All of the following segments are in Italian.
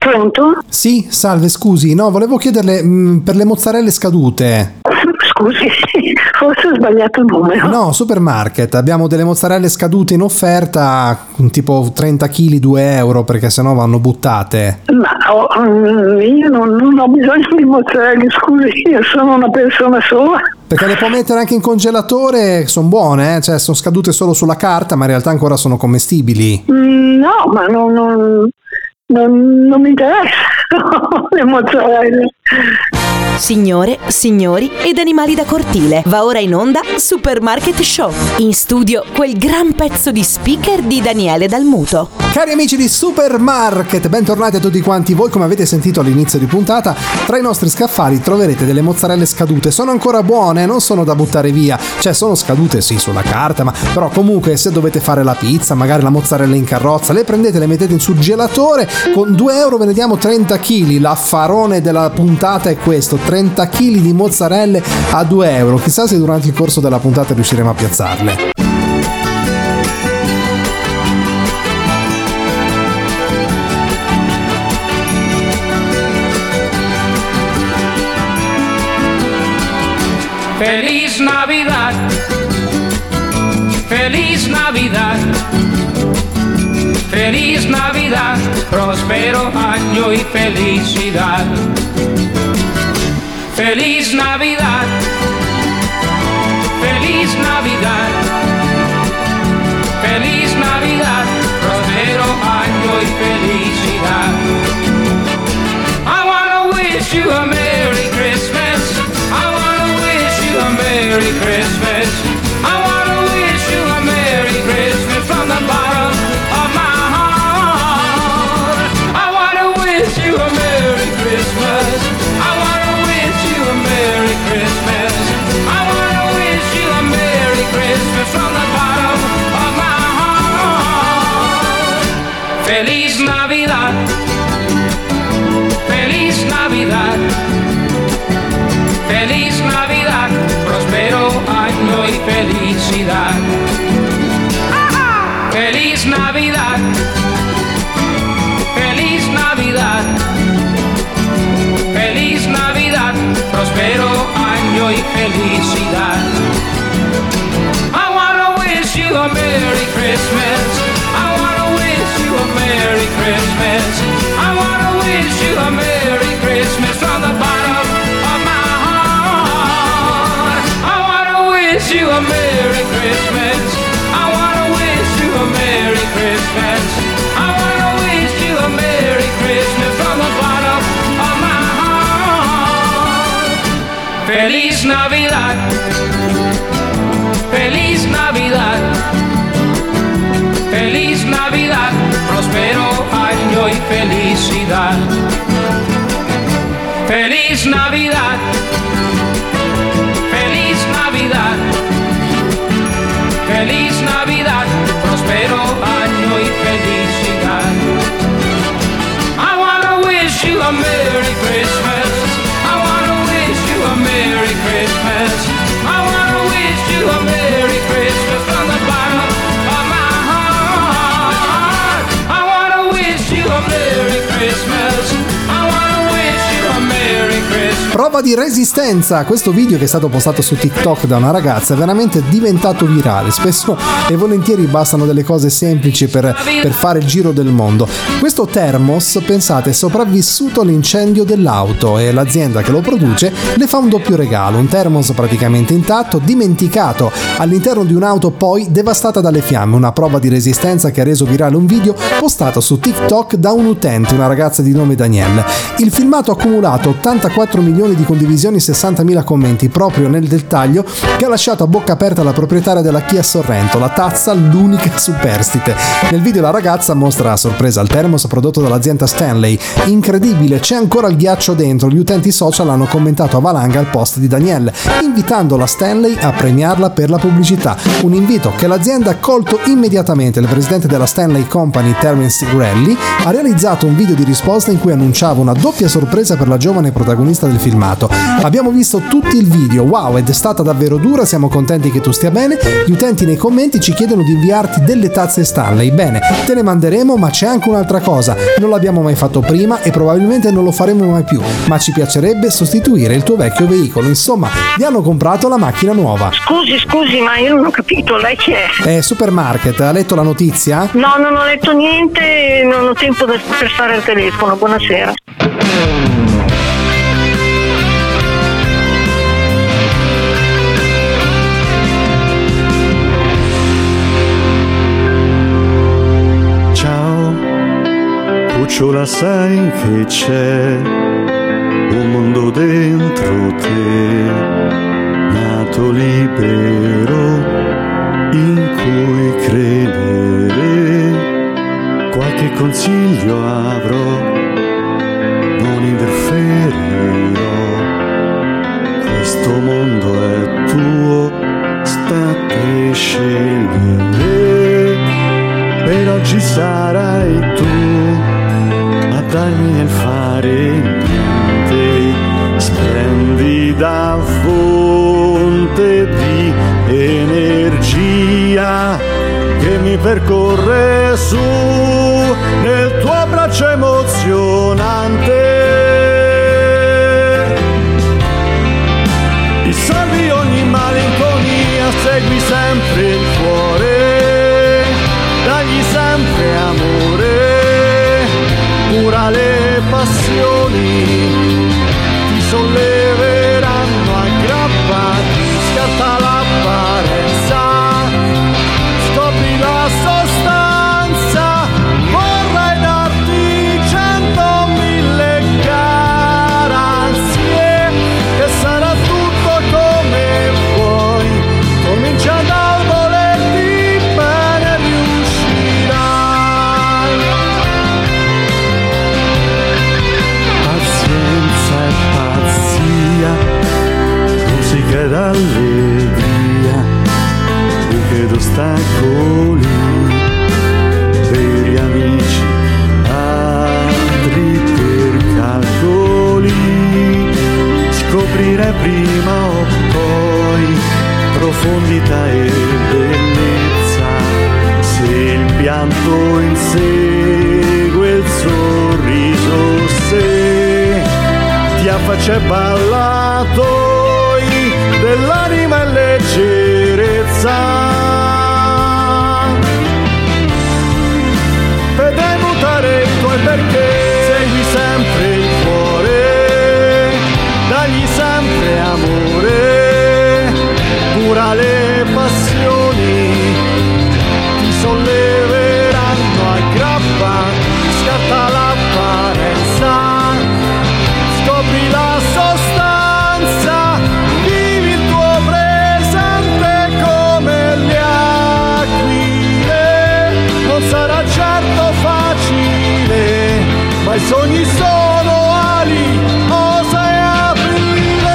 Pronto? Sì, salve, scusi, no, volevo chiederle per le mozzarelle scadute. Scusi, forse ho sbagliato il numero. No, supermarket, abbiamo delle mozzarelle scadute in offerta, tipo 30 kg, 2 euro, perché sennò vanno buttate. Ma io non ho bisogno di mozzarelle, scusi, io sono una persona sola. Perché le può mettere anche in congelatore, sono buone, cioè sono scadute solo sulla carta, ma in realtà ancora sono commestibili. No, ma non mi interessano le mozzarelle. Signore, signori ed animali da cortile, va ora in onda Supermarket Show. In studio quel gran pezzo di speaker di Daniele Dalmuto. Cari amici di Supermarket, bentornati a tutti quanti voi. Come avete sentito all'inizio di puntata, tra i nostri scaffali troverete delle mozzarelle scadute. Sono ancora buone, non sono da buttare via. Cioè sono scadute sì sulla carta, ma però comunque se dovete fare la pizza, magari la mozzarella in carrozza, le prendete, le mettete in surgelatore. Con 2 euro ve ne diamo 30 kg. L'affarone della puntata è questo: 30 kg di mozzarelle a 2 euro. Chissà se durante il corso della puntata riusciremo a piazzarle. Feliz Navidad, Feliz Navidad, Feliz Navidad, próspero año y felicidad. Feliz Navidad, Feliz Navidad, Feliz Navidad, próspero año y felicidad. I wanna wish you a Merry Christmas. I wanna wish you a Merry Christmas. I wanna wish you a Merry Christmas from the bottom of my heart. I wanna wish you a Merry Christmas. I wanna wish you a Merry Christmas. I wanna wish you a Merry Christmas from the bottom of my heart. Feliz Navidad, Feliz Navidad, Feliz Navidad, próspero año y felicidad. Feliz Navidad, Feliz Navidad, Feliz Navidad, próspero año y felicidad. I wanna wish you a Merry Christmas. I wanna wish you a Merry Christmas. I wanna wish you a Merry Christmas from the bottom of my heart. I wanna wish you a Merry Christmas. I wanna wish you a Merry Christmas. I wanna wish you a Merry Christmas from the bottom of my heart. Feliz Navidad, Feliz Navidad, Feliz Navidad, próspero año y felicidad. Feliz Navidad, Feliz Navidad, Feliz Navidad, próspero año y felicidad. I wanna wish you a Merry Christmas. I wanna wish you a Merry Christmas. I wanna wish you a Merry Christmas from the bottom of my heart. I wanna wish you a Merry Christmas. I wanna wish you a Merry Christmas. Prova di resistenza. Questo video, che è stato postato su TikTok da una ragazza, è veramente diventato virale. Spesso e volentieri bastano delle cose semplici per fare il giro del mondo. Questo thermos, pensate, è sopravvissuto all'incendio dell'auto e l'azienda che lo produce le fa un doppio regalo: un thermos praticamente intatto, dimenticato all'interno di un'auto poi devastata dalle fiamme. Una prova di resistenza che ha reso virale un video postato su TikTok da un utente, una ragazza di nome Danielle. Il filmato ha accumulato 84 milioni di condivisioni, 60.000 commenti, proprio nel dettaglio che ha lasciato a bocca aperta la proprietaria della Kia Sorrento, la tazza l'unica superstite. Nel video la ragazza mostra a sorpresa il thermos prodotto dall'azienda Stanley. Incredibile, c'è ancora il ghiaccio dentro. Gli utenti social hanno commentato a valanga il post di Danielle, invitando la Stanley a premiarla per la pubblicità. Un invito che l'azienda ha colto immediatamente. Il presidente della Stanley Company, Terence Grelli, ha realizzato un video di risposta in cui annunciava una doppia sorpresa per la giovane protagonista del filmato. filmato. Abbiamo visto tutti il video, wow, ed è stata davvero dura, siamo contenti che tu stia bene. Gli utenti nei commenti ci chiedono di inviarti delle tazze Stanley. Bene, te le manderemo, ma c'è anche un'altra cosa, non l'abbiamo mai fatto prima e probabilmente non lo faremo mai più, ma ci piacerebbe sostituire il tuo vecchio veicolo. Insomma, vi hanno comprato la macchina nuova. Scusi, ma io non ho capito, lei chi è? Supermarket, ha letto la notizia? No, non ho letto niente, non ho tempo per stare al telefono, buonasera. Ciao, cucciola, sai che c'è un mondo dentro te, nato libero, in cui credere. Qualche consiglio avrò, non interferirò. Questo mondo è tuo, sta a te scegliere. Per oggi sarai tu a darmi il fare niente, splendida fonte di energia che mi percorre su nel tuo braccio emozionante. Dissolvi ogni malinconia, segui sempre il cuore, dagli sempre amore, cura le passioni, ti solleveranno aggrappati, scarta l'apparenza, scopri la sostanza, vorrei darti 100.000 garanzie che sarà tutto come vuoi, comincia dal volerti bene, riuscirai. Pazienza e pazzia, musica ed allegria, buche ed ostacoli, veri amici, altri per calcoli, scoprire prima o poi profondità e bellezza, se il pianto insegue il sorriso, se ti affaccia ballatoi dell'anima e leggerezza. Vede mutare i tuoi perché, segui sempre il cuore, dagli sempre amore, cura le passioni, ti solleveranno aggrappati, scarta l'apparenza, scopri la sostanza, vivi il tuo presente come le aquile. Non sarà certo facile, ma i sogni sono ali, osa e aprire.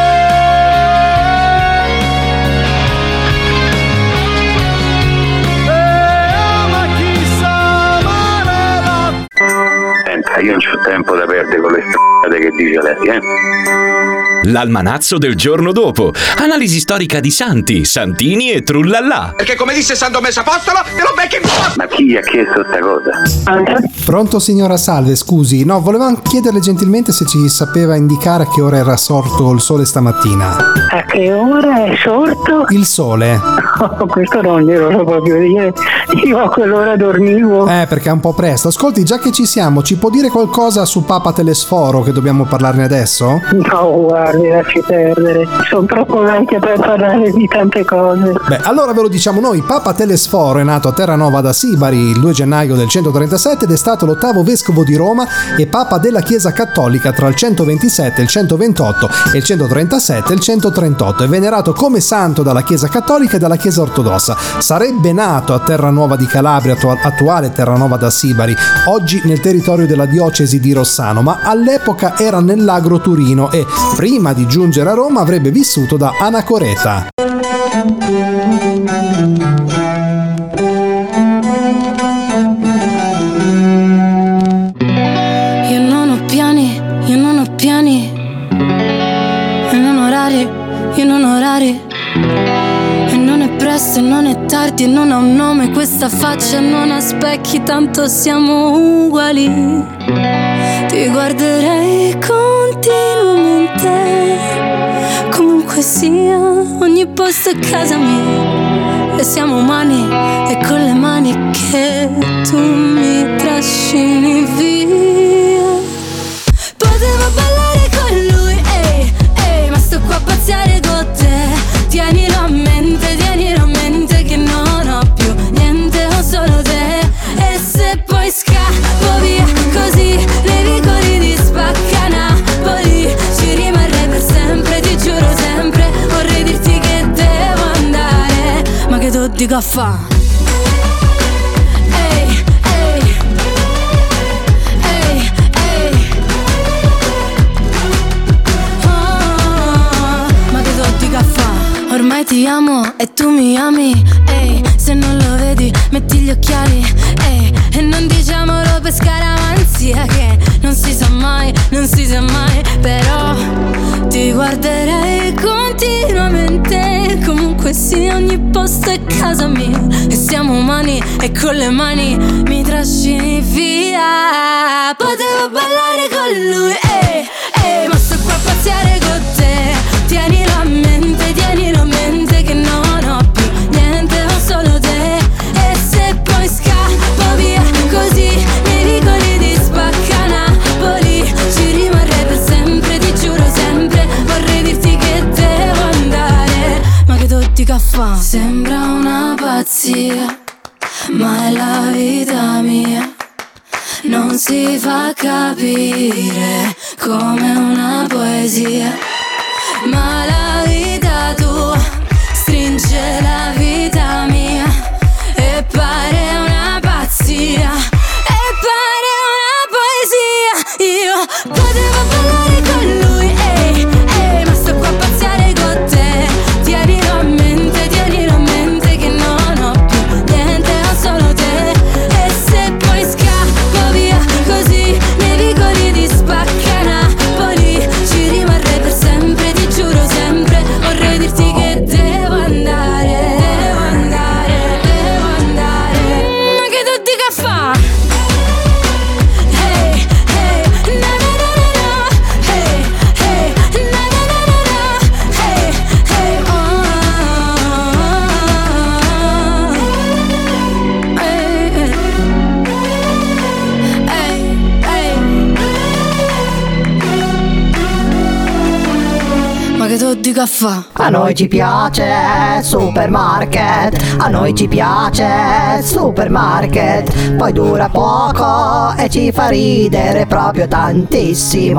E ama chi sa amare la... Senta, io non c'ho tempo da perdere con le strade che dice lei, L'almanazzo del giorno dopo. Analisi storica di santi, santini e trullallà. Perché come disse San Tommaso Apostolo, te lo becchi in Ma chi gli ha chiesto sta cosa? Pronto signora, salve, scusi, no, volevamo chiederle gentilmente se ci sapeva indicare a che ora era sorto il sole stamattina. A che ora è sorto? Il sole? Oh, questo non glielo so proprio dire, io a quell'ora dormivo. Perché è un po' presto. Ascolti, già che ci siamo, ci può dire qualcosa su Papa Telesforo, che dobbiamo parlarne adesso? No, guardi, lasci perdere, sono troppo vecchia per parlare di tante cose. Beh, allora ve lo diciamo noi. Papa Telesforo è nato a Terranova da Sibari il 2 gennaio del 137 ed è stato l'8° vescovo di Roma e Papa della Chiesa Cattolica tra il 127, il 128 e il 137 e il 138. È venerato come santo dalla Chiesa Cattolica e dalla Chiesa Ortodossa. Sarebbe nato a Terranova di Calabria, attuale Terranova da Sibari, oggi nel territorio della diocesi di Rossano, ma all'epoca era nell'Agro Turino e prima di giungere a Roma avrebbe vissuto da Anacoreta. Io non ho piani, guardi e non ha un nome, questa faccia non ha specchi, tanto siamo uguali. Ti guarderei continuamente, comunque sia, ogni posto è casa mia. E siamo umani e con le mani che tu mi trascini via. Potevo ballare con lui, ehi, ehi, ma sto qua a pazziare con te. Tienilo a mente che non ho più niente, ho solo te. E se poi scappo via così, nei vicoli di Spacca Napoli, ci rimarrei per sempre, ti giuro sempre. Vorrei dirti che devo andare, ma che tu dico a fa'? Ehi, ehi, ehi, ehi. Oh, ma che tu dico a fa'? Ormai ti amo e tu mi ami, ehi. Se non lo vedi metti gli occhiali, ehi. E non diciamolo per scaramanzia, che non si sa mai, non si sa mai. Però ti guarderei continuamente, comunque sia, ogni posto è casa mia. E siamo umani e con le mani mi trascini via. Potevo ballare con lui, ehi, ehi, ma sto qua a pazziare con te. Tienilo a mente che non ho più niente, ho solo te. E se poi scappo via così, nei vicoli di Spacca Napoli, ci rimarrei per sempre, ti giuro sempre. Vorrei dirti che devo andare, ma che tu dica fa'? Sembra una pazzia, ma è la vita mia. Non si fa capire come una poesia, ma la vita tua stringe la vita mia. E pare una pazzia, e pare una poesia. Io potevo ballare con lui, ehi, ehi, ma sto qua a pazziare con te. Tienilo a mente che non ho più niente, ho solo te. E se poi scappo via così, nei vicoli di Spacca Napoli, ci rimarrei per sempre, ti giuro sempre. Vorrei dirti che devo andare, devo andare, devo andare. Ma che tu dica fa'? Hey, hey, na na na na na. Hey, hey, na na na na na. Hey, hey, oh. Hey, hey, hey. Ma che tu dica fa'? A noi ci piace Supermarket, a noi ci piace Supermarket, poi dura poco e ci fa ridere proprio tantissimo.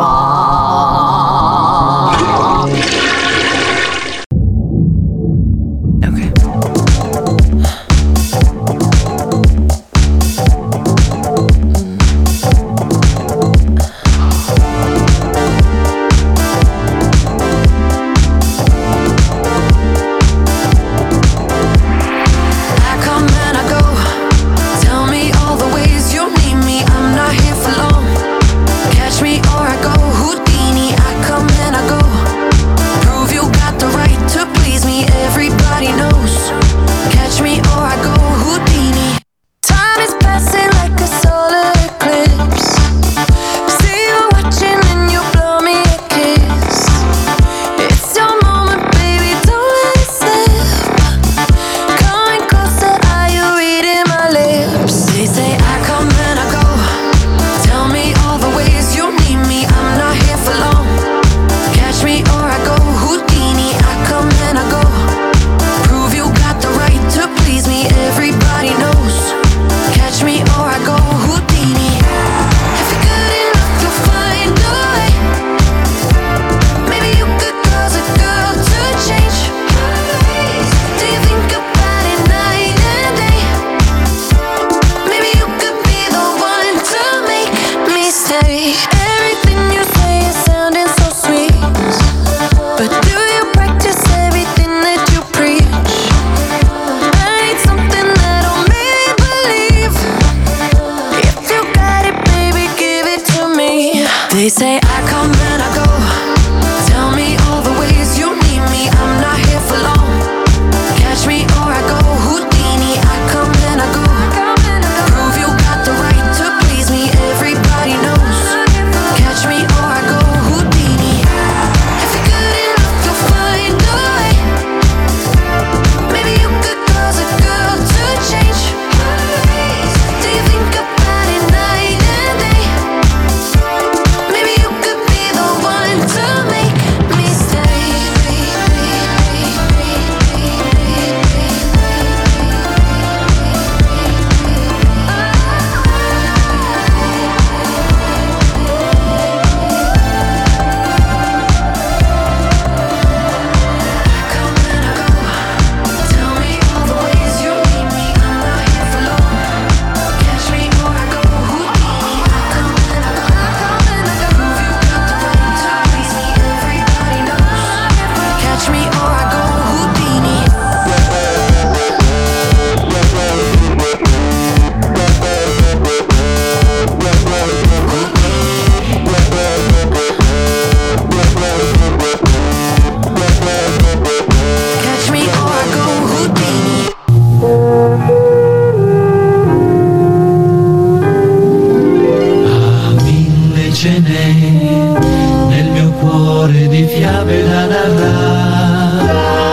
They say I come and I go. Tell me all the ways you need me. I'm not here for long. Catch me or I go Houdini. ce n'è nel mio cuore di fiabe da narrare.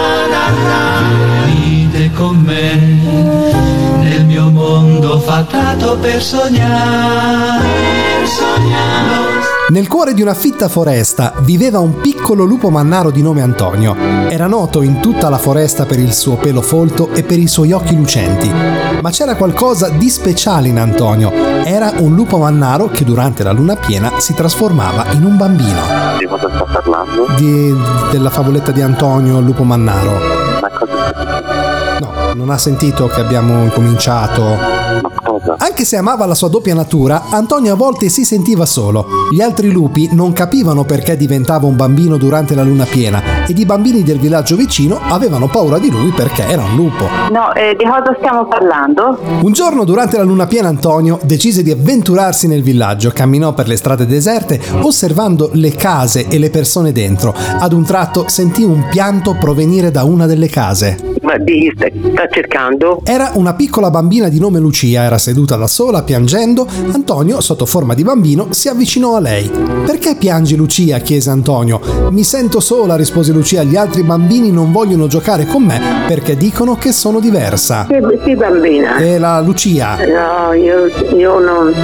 Venite con me nel mio mondo fatato per sognare. Nel cuore di una fitta foresta viveva un piccolo lupo mannaro di nome Antonio. Era noto in tutta la foresta per il suo pelo folto e per i suoi occhi lucenti. Ma c'era qualcosa di speciale in Antonio. Era un lupo mannaro che durante la luna piena si trasformava in un bambino. Di cosa sta parlando? Della favoletta di Antonio, il lupo mannaro. Ma cosa? No, non ha sentito che abbiamo incominciato. Ma cosa? Anche se amava la sua doppia natura, Antonio a volte si sentiva solo. Gli altri lupi non capivano perché diventava un bambino durante la luna piena ed i bambini del villaggio vicino avevano paura di lui perché era un lupo. No, di cosa stiamo parlando? Un giorno durante la luna piena Antonio decise di avventurarsi nel villaggio, camminò per le strade deserte osservando le case e le persone dentro. Ad un tratto sentì un pianto provenire da una delle case. Ma di chi sta cercando? Era una piccola bambina di nome Lucia, era seduta da sola piangendo. Antonio, sotto forma di bambino, si avvicinò a lei. «Perché piangi, Lucia?» chiese Antonio. «Mi sento sola», rispose Lucia, «gli altri bambini non vogliono giocare con me perché dicono che sono diversa». Che bambina? E la Lucia? No, io non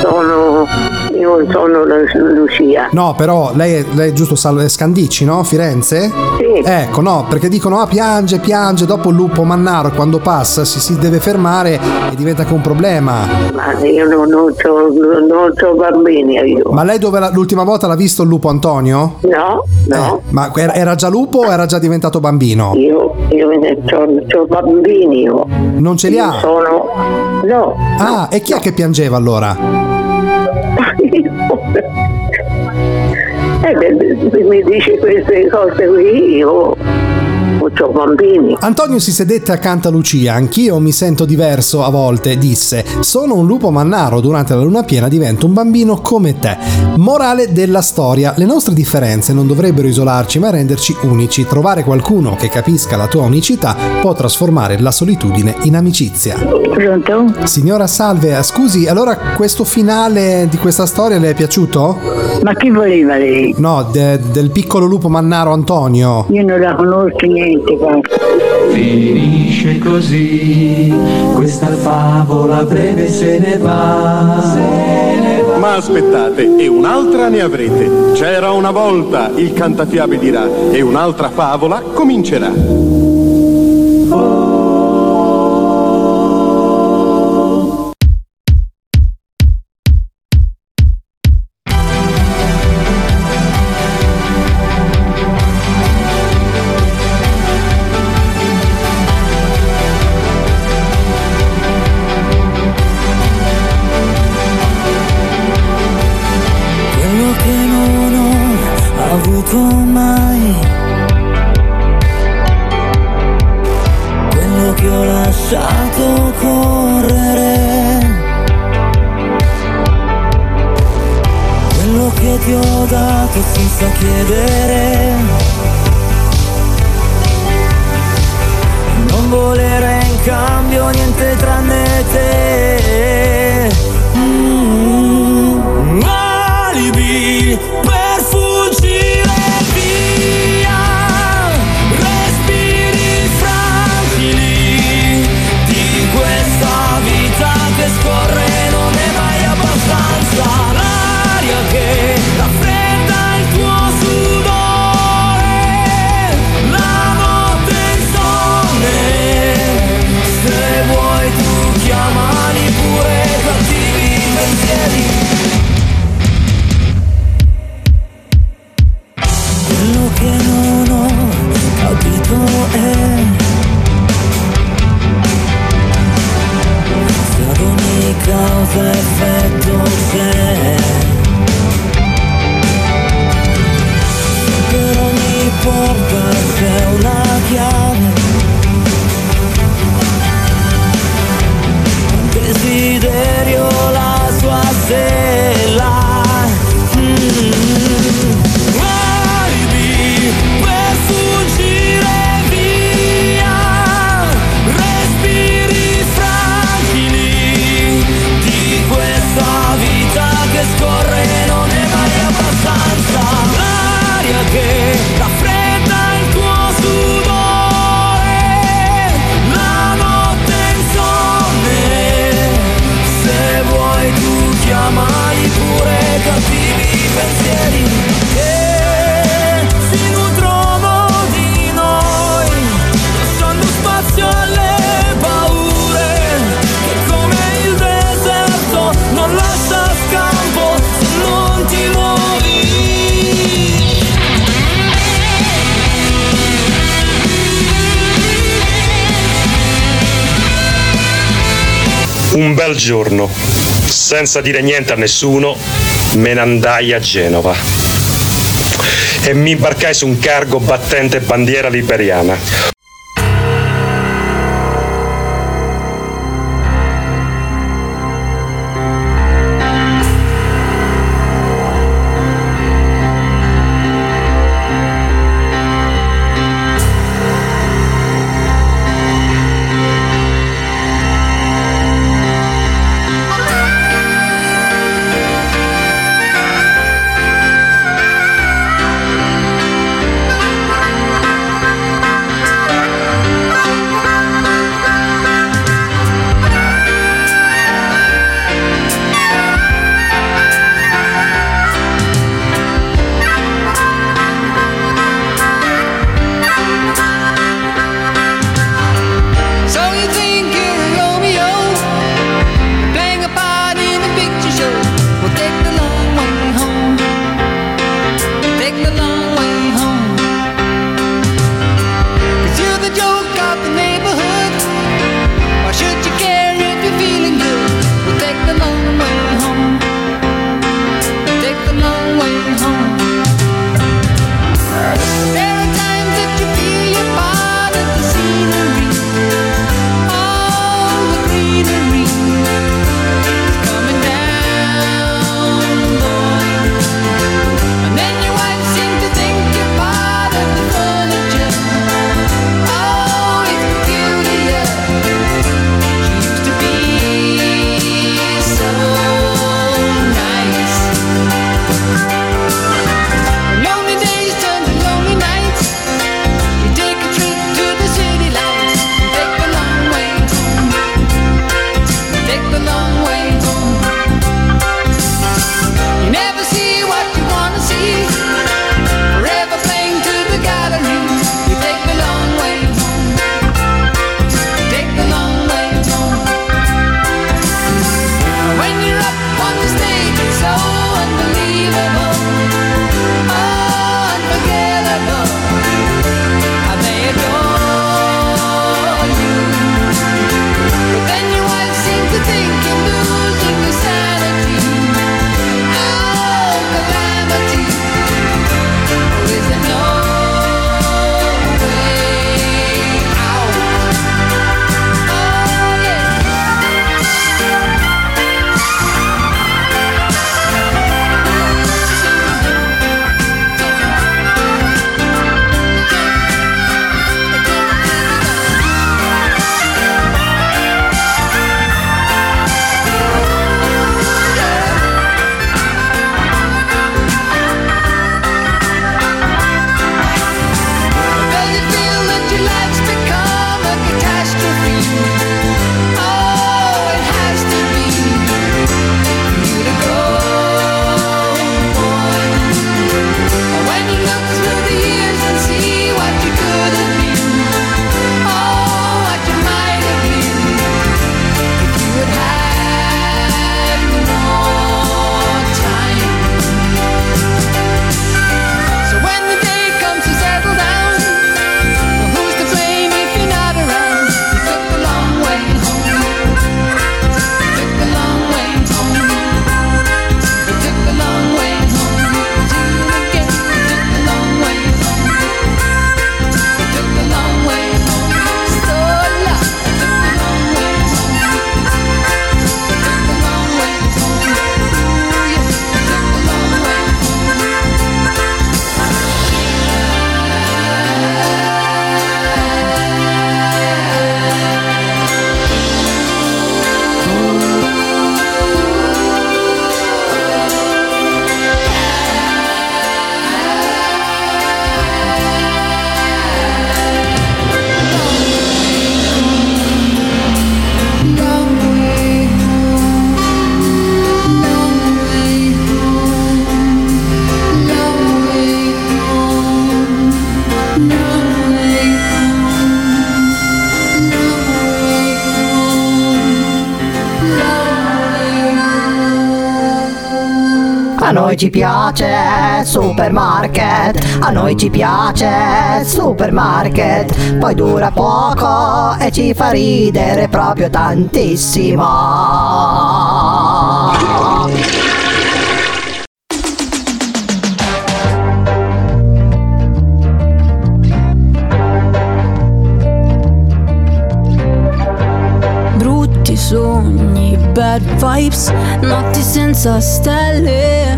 sono la Lucia. No, però lei è giusto Scandicci, no? Firenze? Sì. Ecco, no, perché dicono piange, dopo il lupo mannaro quando passa si deve fermare e diventa che un problema. Ma io non so bambini io. Ma lei dove l'ultima volta l'ha visto il lupo Antonio? No. Ma era già lupo o era già diventato bambino? Io ho bambini io. Non ce li ha? No. Ah, e chi è che piangeva allora? Mi dici queste cose qui, io ho bambini. Antonio si sedette accanto a Lucia. «Anch'io mi sento diverso a volte», disse. «Sono un lupo mannaro, durante la luna piena divento un bambino come te». Morale della storia: le nostre differenze non dovrebbero isolarci ma renderci unici. Trovare qualcuno che capisca la tua unicità può trasformare la solitudine in amicizia. Pronto? Signora, salve, scusi, allora questo finale di questa storia le è piaciuto? Ma chi voleva lei? No, del piccolo lupo mannaro Antonio. Io non la conosco niente, guarda. Finisce così, questa favola breve se ne va. Ma aspettate, e un'altra ne avrete. C'era una volta, il cantafiabe dirà, e un'altra favola comincerà. Mai quello che ho lasciato correre, quello che ti ho dato senza chiedere, non volere in cambio niente tranne te. Alibi per fuggire via, respiri fragili di questa vita che scorre, non è mai abbastanza. L'aria che raffredda il tuo sudore, la notte insonne, se vuoi tu chiamali pure cattivi pensieri. Quello che non ho capito è se ad ogni causa effetto c'è, per ogni porta c'è una chiave, un desiderio la sua sella. Scorre, non è mai Un bel giorno, senza dire niente a nessuno, me ne andai a Genova e mi imbarcai su un cargo battente bandiera liberiana. noi ci piace Supermarket, a noi ci piace Supermarket, poi dura poco e ci fa ridere proprio tantissimo. Brutti sogni, bad vibes, notti senza stelle,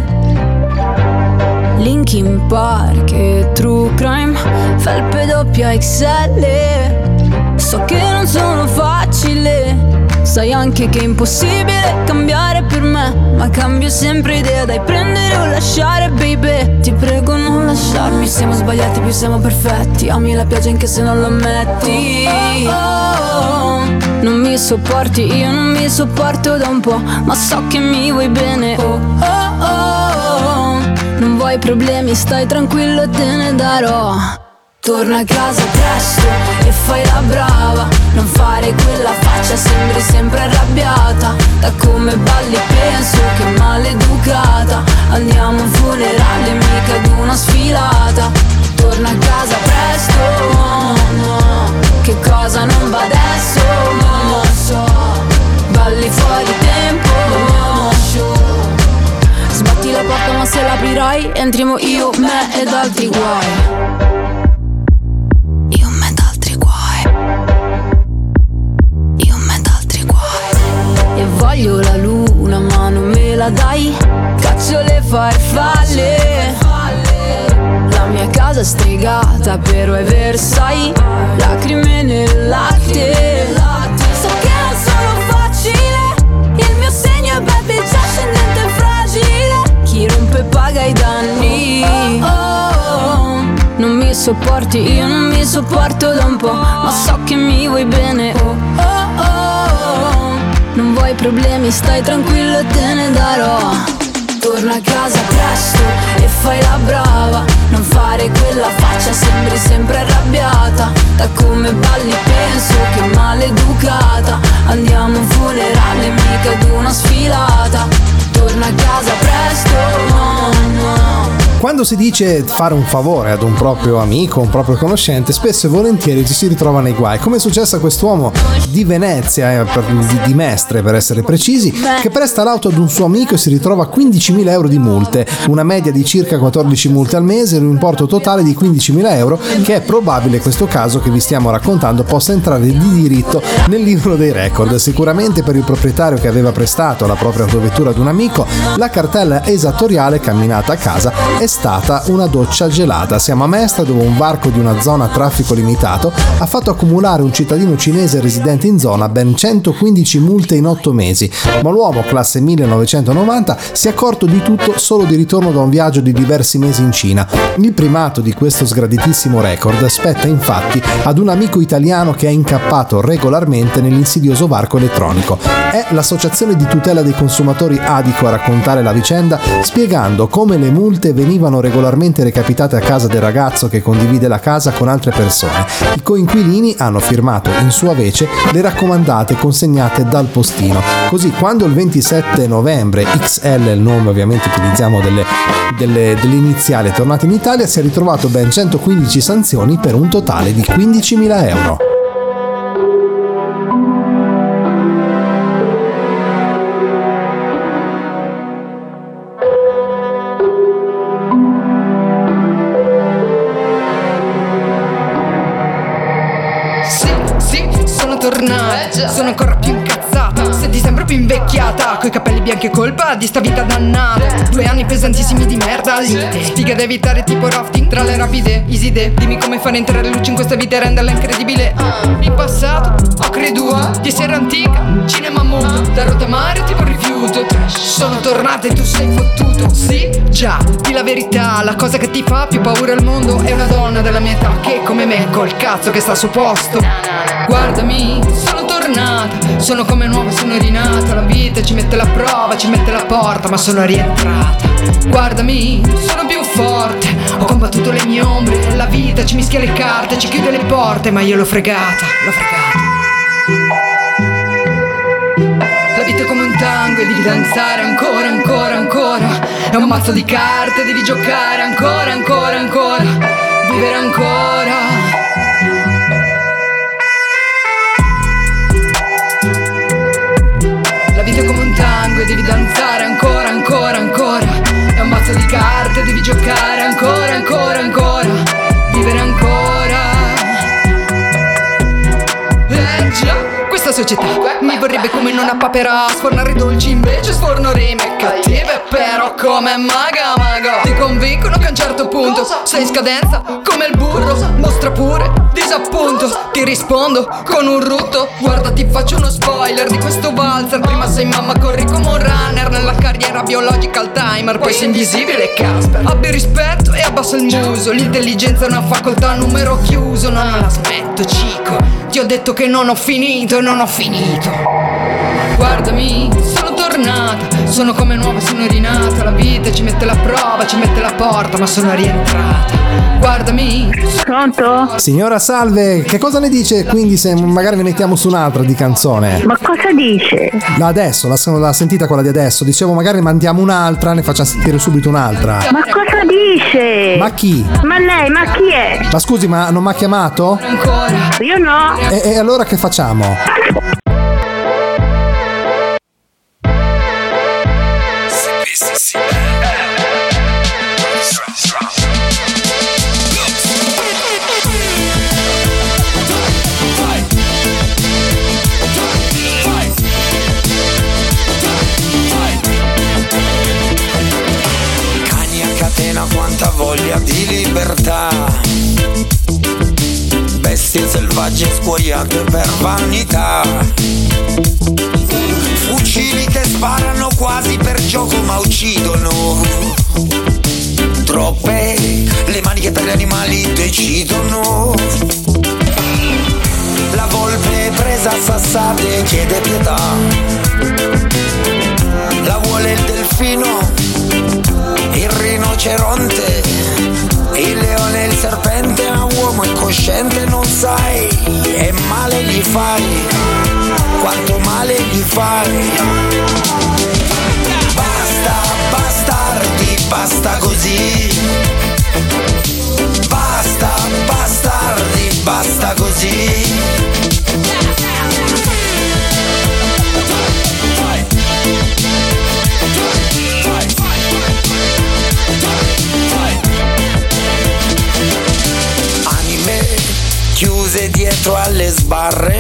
Linkin Park e True Crime, felpe doppia XL. So che non sono facile, sai anche che è impossibile cambiare per me, ma cambio sempre idea, dai prendere o lasciare baby. Ti prego non lasciarmi, siamo sbagliati più siamo perfetti, ami la pioggia anche se non lo ammetti. Non mi sopporti, io non mi sopporto da un po', ma so che mi vuoi bene. Non vuoi problemi, stai tranquillo, te ne darò. Torna a casa presto e fai la brava, non fare quella faccia, sembri sempre arrabbiata. Da come balli penso che maleducata, andiamo a un funerale, mica ad una sfilata. Torna a casa presto, che cosa non va adesso, non lo so. Balli fuori tempo, sbatti la porta ma se l'aprirai entriamo io, me ed altri guai. Voglio la luna ma non me la dai, caccio le farfalle. La mia casa è stregata però è Versailles, lacrime nel latte. So che non sono facile, il mio segno è bad bitch ascendente e fragile, chi rompe paga i danni. Non mi sopporti, io non mi sopporto da un po', ma so che mi vuoi bene. Non vuoi problemi, stai tranquillo, te ne darò. Torna a casa presto e fai la brava, non fare quella faccia, sembri sempre arrabbiata. Da come balli penso che maleducata, andiamo a un funerale, mica ad una sfilata. Torna a casa presto, no. Quando si dice fare un favore ad un proprio amico, un proprio conoscente, spesso e volentieri ci si ritrova nei guai, come è successo a quest'uomo di Venezia, di Mestre per essere precisi, che presta l'auto ad un suo amico e si ritrova 15.000 euro di multe, una media di circa 14 multe al mese, un importo totale di 15.000 euro, che è probabile in questo caso che vi stiamo raccontando possa entrare di diritto nel libro dei record. Sicuramente per il proprietario che aveva prestato la propria autovettura ad un amico, la cartella esattoriale camminata a casa è stata una doccia gelata. Siamo a Mestre, dove un varco di una zona a traffico limitato ha fatto accumulare un cittadino cinese residente in zona ben 115 multe in 8 mesi, ma l'uomo classe 1990 si è accorto di tutto solo di ritorno da un viaggio di diversi mesi in Cina. Il primato di questo sgraditissimo record spetta infatti ad un amico italiano che è incappato regolarmente nell'insidioso varco elettronico. È l'associazione di tutela dei consumatori Adico a raccontare la vicenda, spiegando come le multe venivano regolarmente recapitate a casa del ragazzo che condivide la casa con altre persone. I coinquilini hanno firmato in sua vece le raccomandate consegnate dal postino. Così quando il 27 novembre, XL è il nome, ovviamente utilizziamo delle iniziali, è tornato in Italia, si è ritrovato ben 115 sanzioni per un totale di 15.000 euro. Sono ancora più incazzata, senti sempre più invecchiata, coi capelli bianchi, colpa di sta vita dannata. 2 anni pesantissimi di merda, lite, sfiga da evitare tipo rafting tra le rapide easy day. Dimmi come fare entrare luce in questa vita e renderla incredibile. In passato ho creduto di essere antica, cinema muto, da rottamare tipo rifiuto. Sono tornata e tu sei fottuto. Sì, già, di la verità, la cosa che ti fa più paura al mondo è una donna della mia età che come me col cazzo che sta sul posto. Guardami, sono tornata, sono come nuova, sono rinata. La vita ci mette la prova, ci mette la porta, ma sono rientrata. Guardami, sono più forte, ho combattuto le mie ombre. La vita ci mischia le carte, ci chiude le porte, ma io l'ho fregata, l'ho fregata. La vita è come un tango e devi danzare ancora, ancora, ancora. È un mazzo di carte, devi giocare ancora, ancora, ancora, vivere ancora. La vita è come un tango e devi danzare ancora, ancora, ancora. È un mazzo di carte, devi giocare ancora, ancora, ancora, vivere ancora. Già, questa società mi vorrebbe come in una papera sfornare dolci, invece sforno rime cattive, però come maga. Ti convincono che a un certo punto sei in scadenza come il burro. Mostra pure disappunto, ti rispondo con un rutto. Guarda, ti faccio uno spoiler di questo valzer. Prima sei mamma, corri come un runner nella carriera biological timer, poi sei invisibile Casper. Abbi rispetto e abbassa il muso, l'intelligenza è una facoltà a numero chiuso. No, non la smetto, cico, ti ho detto che non ho finito, non ho finito. Guardami, sono tornata, sono come nuova, sono rinata. La vita ci mette la prova, ci mette la porta, ma sono rientrata. Guardami. Pronto? Signora, salve, che cosa ne dice quindi se magari ne mettiamo su un'altra di canzone? Ma cosa dice? Adesso, l'ha sentita quella di adesso, dicevo magari mandiamo un'altra, ne facciamo sentire subito un'altra. Ma cosa dice? Ma chi? Ma lei, ma chi è? Ma scusi, ma non mi ha chiamato? Io no. E allora che facciamo? Quanta voglia di libertà, bestie selvagge scuoiate per vanità, fucili che sparano quasi per gioco ma uccidono, troppe le maniche per gli animali decidono, la volpe presa a sassate chiede pietà, la vuole il delfino, il rinoceronte, il leone e il serpente, ma uomo incosciente non sai, e male gli fai, quanto male gli fai. Basta, bastardi, basta così. Basta, bastardi, basta così. Chiuse dietro alle sbarre,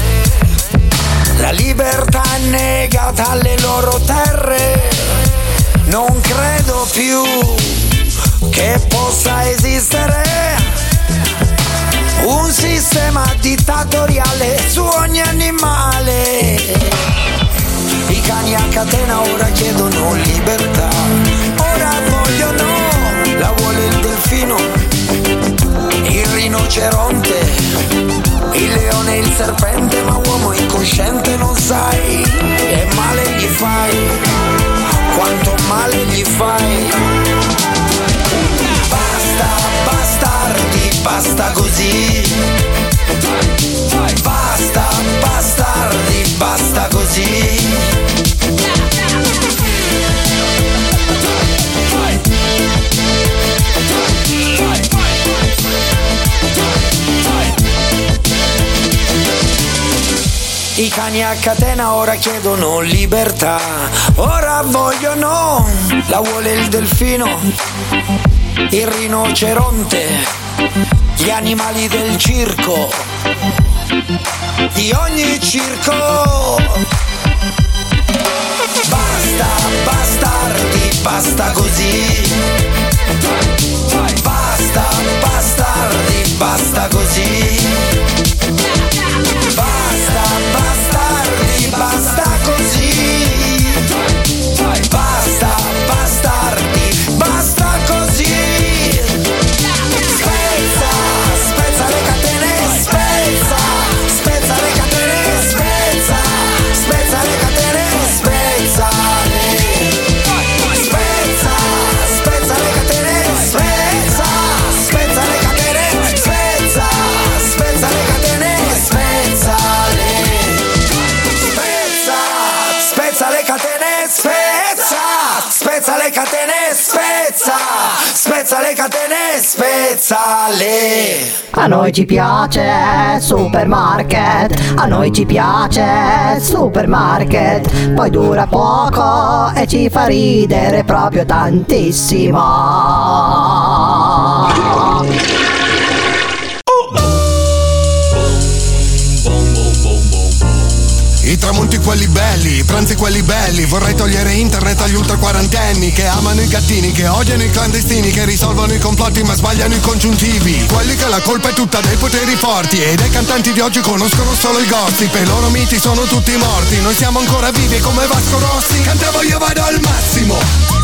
la libertà è negata alle loro terre. Non credo più che possa esistere un sistema dittatoriale su ogni animale. I cani a catena ora chiedono libertà, ora vogliono, la vuole il delfino, il rinoceronte, il leone e il serpente, ma uomo incosciente non sai, e male gli fai, quanto male gli fai. Basta, bastardi, basta così. Basta, bastardi, basta così. I cani a catena ora chiedono libertà, ora vogliono, la vuole il delfino, il rinoceronte, gli animali del circo, di ogni circo. Basta, bastardi, basta così. Basta, bastardi, basta così. Basta, bastardi, basta così. Basta, bastardi, basta così. Spezza, spezza le catene, spezza, spezza le catene, spezza, spezza le catene, spezzale. Spezza, spezza le catene, spezza. spezza le catene, spezzale. A noi ci piace Supermarket, a noi ci piace Supermarket, poi dura poco e ci fa ridere proprio tantissimo. I tramonti quelli belli, i pranzi quelli belli. Vorrei togliere internet agli ultra quarantenni che amano i gattini, che odiano i clandestini, che risolvono i complotti ma sbagliano i congiuntivi. Quelli che la colpa è tutta dei poteri forti e dei cantanti di oggi conoscono solo il gossip e i loro miti sono tutti morti. Noi siamo ancora vivi come Vasco Rossi. Cantavo io vado al massimo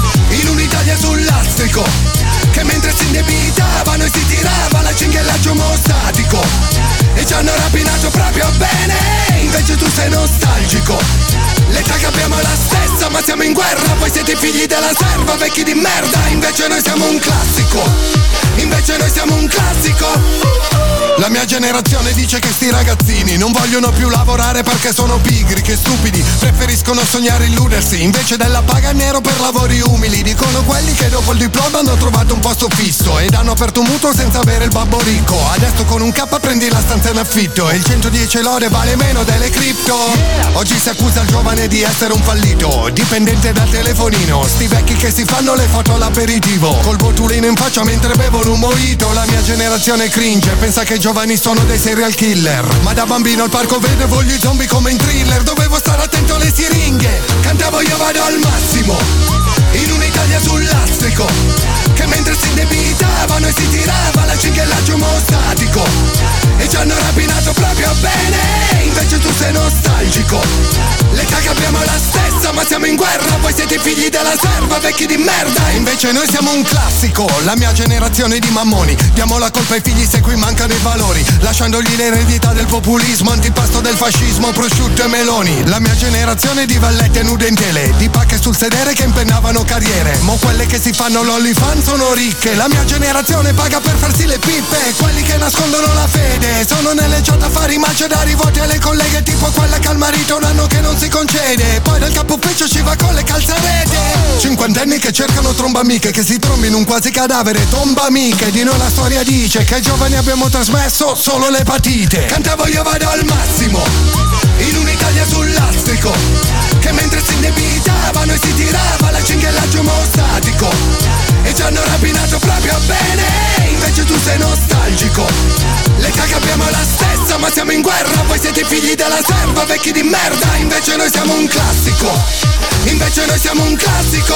in un'Italia sul lastrico, che mentre si indebitavano e si tirava la cinghiallaggio mostatico e ci hanno rapinato proprio bene. Invece tu sei nostalgico, l'età che abbiamo è la stessa ma siamo in guerra. Voi siete figli della serva, vecchi di merda. Invece noi siamo un classico, invece noi siamo un classico. La mia generazione dice che sti ragazzini non vogliono più lavorare perché sono pigri, che stupidi, preferiscono sognare e illudersi invece della paga nero per lavori umili. Dicono quelli che dopo il diploma hanno trovato un posto fisso ed hanno aperto un mutuo senza avere il babbo ricco. Adesso con un K prendi la stanza in affitto e il 110 lode vale meno delle cripto. Oggi si accusa il giovane di essere un fallito, dipendente dal telefonino. Sti vecchi che si fanno le foto all'aperitivo col botulino in faccia mentre bevono un mojito. La mia generazione cringe, pensa che i giovani sono dei serial killer, ma da bambino al parco vedevo gli zombie come in Thriller. Dovevo stare attento alle siringhe, cantavo io vado al massimo in un'Italia sul lastrico, che mentre si indebitavano e si tirava la cinghiallaggio mostatico e ci hanno rapinato proprio bene. Invece tu sei nostalgico, l'età che abbiamo è la stessa ma siamo in guerra. Voi siete figli della serva, vecchi di merda. Invece noi siamo un classico, la mia generazione di mammoni. Diamo la colpa ai figli se qui mancano i valori, lasciandogli l'eredità del populismo, antipasto del fascismo, prosciutto e meloni. La mia generazione di vallette nude in tele, di pacche sul sedere che impennavano carriere. Mo quelle che si fanno l'OnlyFans sono ricche. La mia generazione paga per farsi le pippe. Quelli che nascondono la fede sono nelle chat a fare i macedari voti alle colleghe, tipo quella che al marito un anno che non si concede. Poi dal capo ufficio ci va con le calzarete. Cinquantenni che cercano trombamiche, che si trombi in un quasi cadavere. Tombamiche, di noi la storia dice che ai giovani abbiamo trasmesso solo l'epatite. Cantavo io vado al massimo in un'Italia sul lastrico, che mentre si indebitavano e si tirava la cinghiallaggio mostatico e ci hanno rapinato proprio bene. Invece tu sei nostalgico, l'età che abbiamo è la stessa ma siamo in guerra. Voi siete figli della serva, vecchi di merda. Invece noi siamo un classico, invece noi siamo un classico.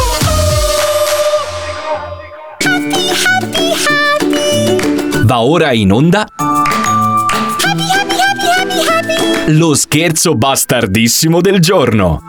Va ora in onda lo scherzo bastardissimo del giorno.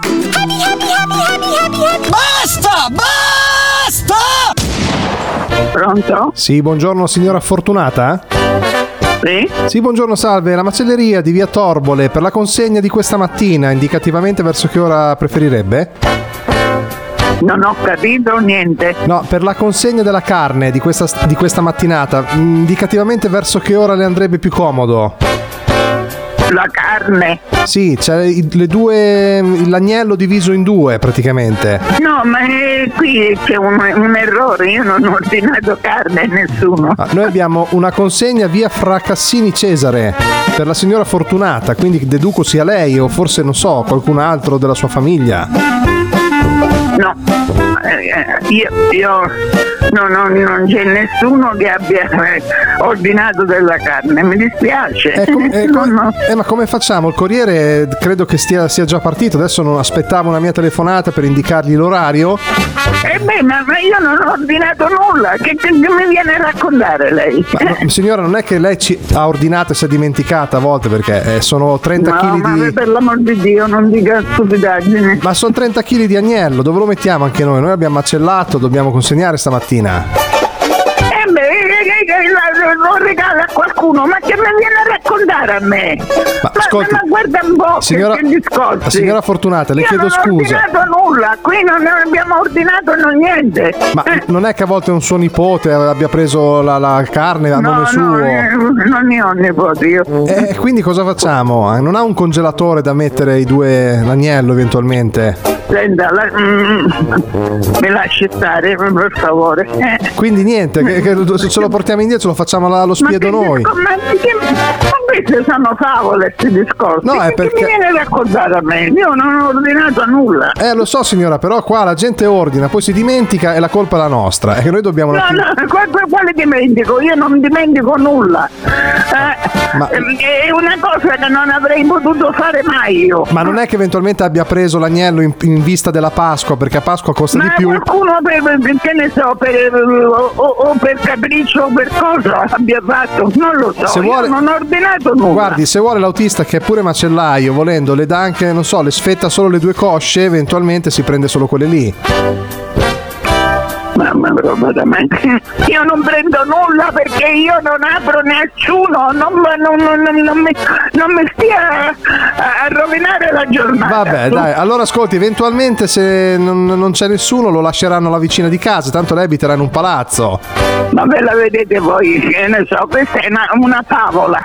Basta! Basta! Pronto? Sì, buongiorno signora Fortunata? Sì? Sì, buongiorno, salve, la macelleria di via Torbole per la consegna di questa mattina, indicativamente verso che ora preferirebbe? Non ho capito niente. No, per la consegna della carne di questa mattinata, indicativamente verso che ora le andrebbe più comodo? La carne? Sì, c'è l'agnello diviso in due praticamente. No, ma qui c'è un errore, io non ho ordinato carne a nessuno. Noi abbiamo una consegna via Fracassini Cesare per la signora Fortunata, quindi deduco sia lei o forse non so, qualcun altro della sua famiglia. No, io non c'è nessuno che abbia ordinato della carne, mi dispiace. Ma come facciamo? Il corriere credo che sia già partito, adesso non aspettavo una mia telefonata per indicargli l'orario. Ma io non ho ordinato nulla, che mi viene a raccontare lei? Signora, non è che lei ci ha ordinato e si è dimenticata a volte, perché sono 30 kg di... ma per l'amor di Dio non dica stupidaggini. Ma sono 30 kg di agnello, dove lo mettiamo anche noi? Noi abbiamo macellato, dobbiamo consegnare stamattina. Lo regala a qualcuno, ma che mi viene a raccontare a me? Ma guarda un po', signora, che discorsi. Signora Fortunata, le chiedo scusa. Non ho ordinato nulla, qui non abbiamo ordinato niente. Ma non è che a volte un suo nipote abbia preso la carne a nome suo? Non ne ho nipoti io. Quindi cosa facciamo? Non ha un congelatore da mettere l'agnello eventualmente? Senta, mi lasci stare, per favore. Quindi niente, che ce lo portiamo indietro, lo facciamo allo spiedo noi. Ma queste sono favole, questi discorsi. No, è perché mi viene a raccontare a me? Io non ho ordinato nulla. Lo so, signora, però qua la gente ordina, poi si dimentica e la colpa è la nostra. È che noi dobbiamo... Quale dimentico? Io non dimentico nulla. È una cosa che non avrei potuto fare mai io. Ma non è che eventualmente abbia preso l'agnello in vista della Pasqua, perché a Pasqua costa di più? Ma qualcuno che ne so, o per capriccio o per cosa abbia fatto, non lo so. Se vuole, io non ho ordinato nulla. Guardi, se vuole l'autista, che è pure macellaio, volendo le dà anche, non so, le sfetta solo le 2 cosce, eventualmente si prende solo quelle lì. Mamma veramente. Io non prendo nulla perché io non apro nessuno, non mi stia a rovinare la giornata. Vabbè, dai, allora ascolti, eventualmente se non c'è nessuno lo lasceranno alla vicina di casa, tanto lei abiterà in un palazzo. Ma ve la vedete voi, che ne so, questa è una favola.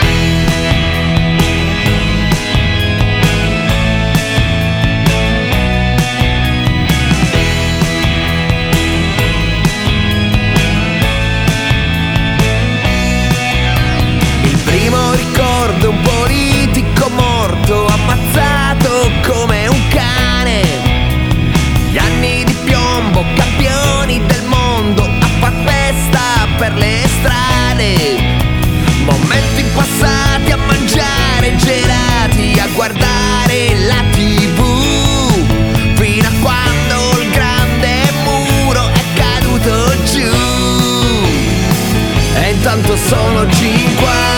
Ricordo un politico morto, ammazzato come un cane. Gli anni di piombo, campioni del mondo, a far festa per le strade. Momenti passati a mangiare gelati, a guardare la TV, fino a quando il grande muro è caduto giù. E intanto sono 50.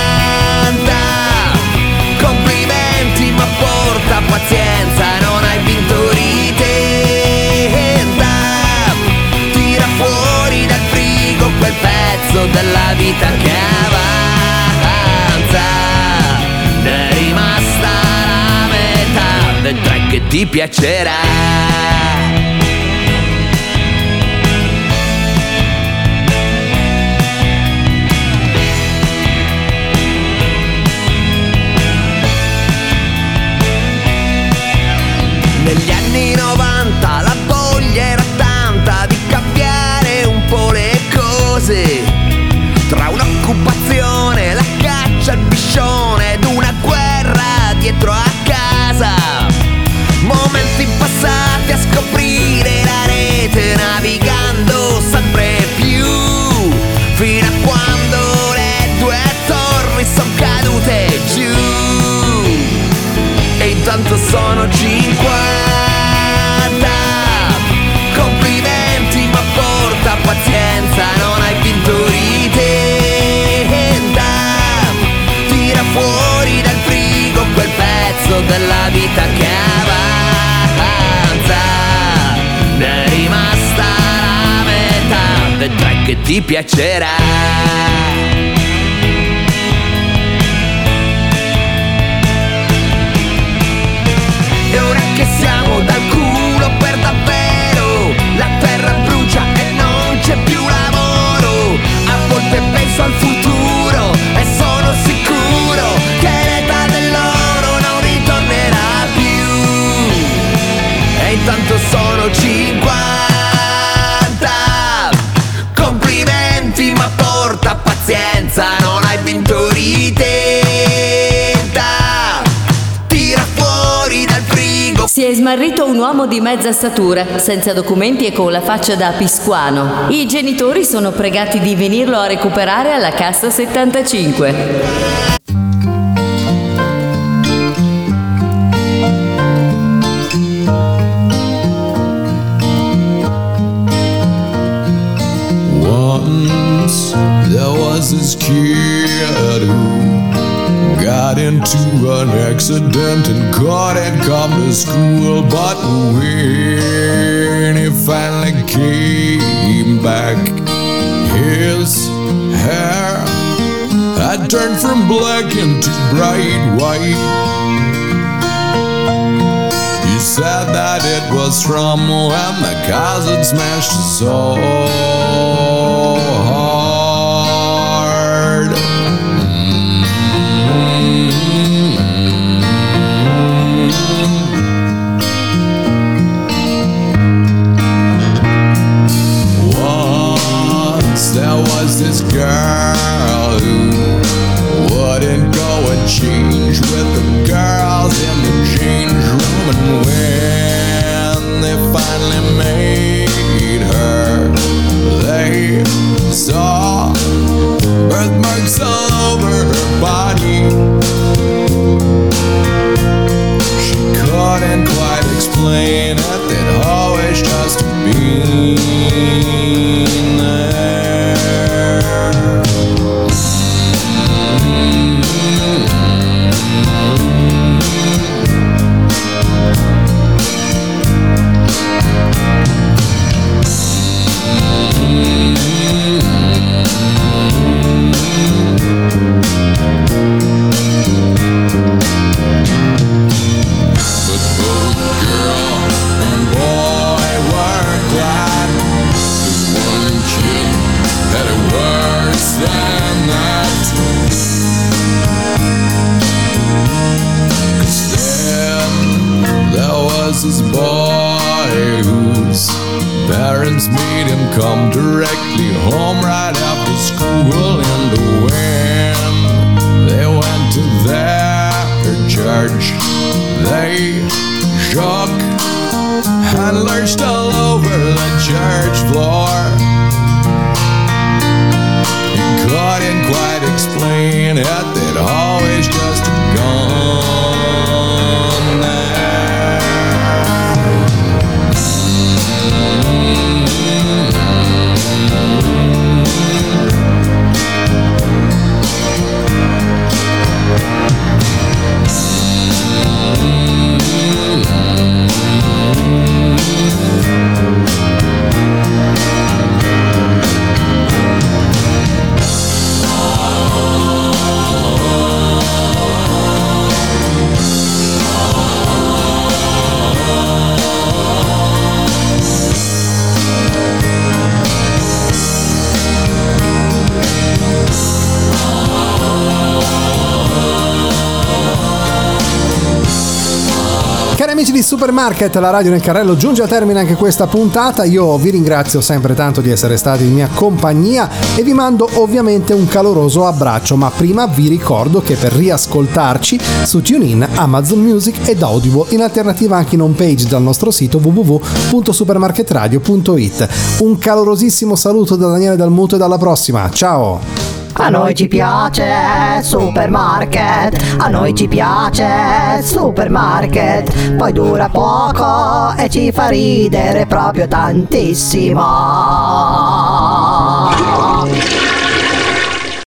Complimenti, ma porta pazienza, non hai vinto ritenta. Tira fuori dal frigo quel pezzo della vita che avanza. Ne è rimasta la metà, vedrai che ti piacerà. Negli anni 90 la voglia era tanta di cambiare un po' le cose. Tra un'occupazione, la caccia al biscione ed una guerra dietro a casa. Momenti passati a scoprire la rete, navigando sempre più, fino a quando le 2 torri son cadute giù. E intanto sono 50. Complimenti, ma porta pazienza, non hai vinto ritenta. Tira fuori dal frigo quel pezzo della vita che avanza. Ne è rimasta la metà, vedrai che ti piacerà. E ora che siamo dal culo per davvero, la terra brucia e non c'è più lavoro. A volte penso al futuro e sono sicuro che l'età dell'oro non ritornerà più. E intanto sono 50. Complimenti, ma porta pazienza, non hai vinto ritenta. Tira fuori dal frigo. Si è smarrito un uomo di mezza statura, senza documenti e con la faccia da piscuano. I genitori sono pregati di venirlo a recuperare alla cassa 75. Once there was this kid who got into an accident and couldn't come to school. But when he finally came back, his hair had turned from black into bright white. He said that it was from when the cars had smashed his soul hard. was this girl who wouldn't go and change with the girls in the change room, and when they finally made her, they saw birthmarks all over her body. She couldn't quite explain it, they'd always just been there. This boy whose parents made him come directly home right after school, and when they went to their church, they shook and lurched all over the church floor. He couldn't quite explain it, they'd always just gone there. Amici di Supermarket, la radio nel carrello giunge a termine anche questa puntata. Io vi ringrazio sempre tanto di essere stati in mia compagnia e vi mando ovviamente un caloroso abbraccio, ma prima vi ricordo che per riascoltarci su TuneIn, Amazon Music ed Audible, in alternativa anche in home page dal nostro sito www.supermarketradio.it. Un calorosissimo saluto da Daniele Dalmuto e alla prossima, ciao! A noi ci piace Supermarket, a noi ci piace Supermarket, poi dura poco e ci fa ridere proprio tantissimo.